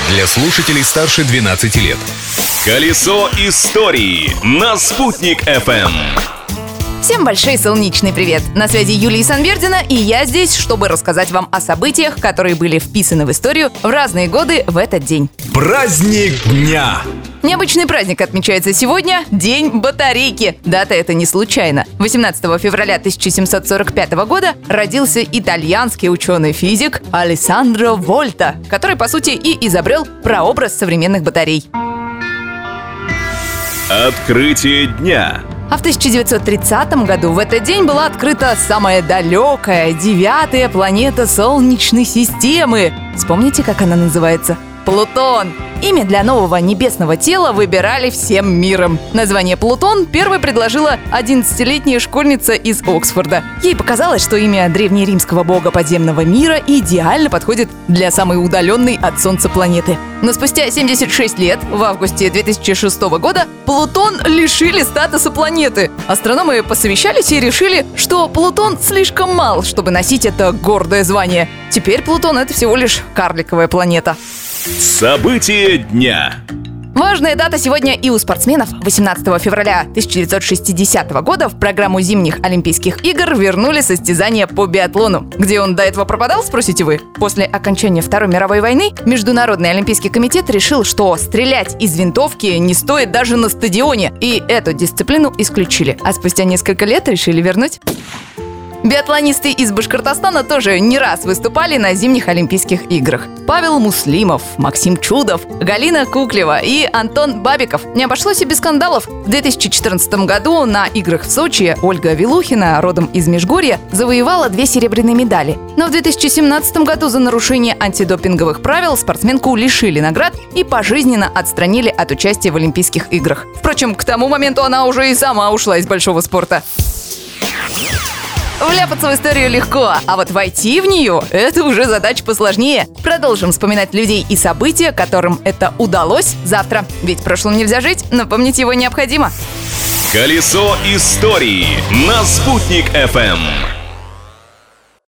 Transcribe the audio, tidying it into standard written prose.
Для слушателей старше 12 лет. Колесо истории на Спутник FM. Всем большой солнечный привет! На связи Юлия Санвердина, и я здесь, чтобы рассказать вам о событиях, которые были вписаны в историю в разные годы в этот день. Праздник дня! Необычный праздник отмечается сегодня – День батарейки. Дата эта не случайна. 18 февраля 1745 года родился итальянский ученый-физик Алессандро Вольта, который, по сути, и изобрел прообраз современных батарей. Открытие дня. А в 1930 году в этот день была открыта самая далекая, 9-я планета Солнечной системы. Вспомните, как она называется? Плутон. Имя для нового небесного тела выбирали всем миром. Название Плутон первой предложила 11-летняя школьница из Оксфорда. Ей показалось, что имя древнеримского бога подземного мира идеально подходит для самой удаленной от Солнца планеты. Но спустя 76 лет, в августе 2006 года, Плутон лишили статуса планеты. Астрономы посовещались и решили, что Плутон слишком мал, чтобы носить это гордое звание. Теперь Плутон — это всего лишь карликовая планета. События дня. Важная дата сегодня и у спортсменов. 18 февраля 1960 года в программу зимних Олимпийских игр вернули состязания по биатлону. Где он до этого пропадал, спросите вы? После окончания Второй мировой войны Международный олимпийский комитет решил, что стрелять из винтовки не стоит даже на стадионе, и эту дисциплину исключили. А спустя несколько лет решили вернуть. Биатлонисты из Башкортостана тоже не раз выступали на зимних Олимпийских играх. Павел Муслимов, Максим Чудов, Галина Куклева и Антон Бабиков. Не обошлось и без скандалов. В 2014 году на играх в Сочи Ольга Вилухина, родом из Межгорья, завоевала 2 серебряные медали. Но в 2017 году за нарушение антидопинговых правил спортсменку лишили наград и пожизненно отстранили от участия в Олимпийских играх. Впрочем, к тому моменту она уже и сама ушла из большого спорта. Вляпаться в историю легко, а вот войти в нее – это уже задача посложнее. Продолжим вспоминать людей и события, которым это удалось завтра. Ведь прошлым нельзя жить, но помнить его необходимо. Колесо истории на Спутник FM.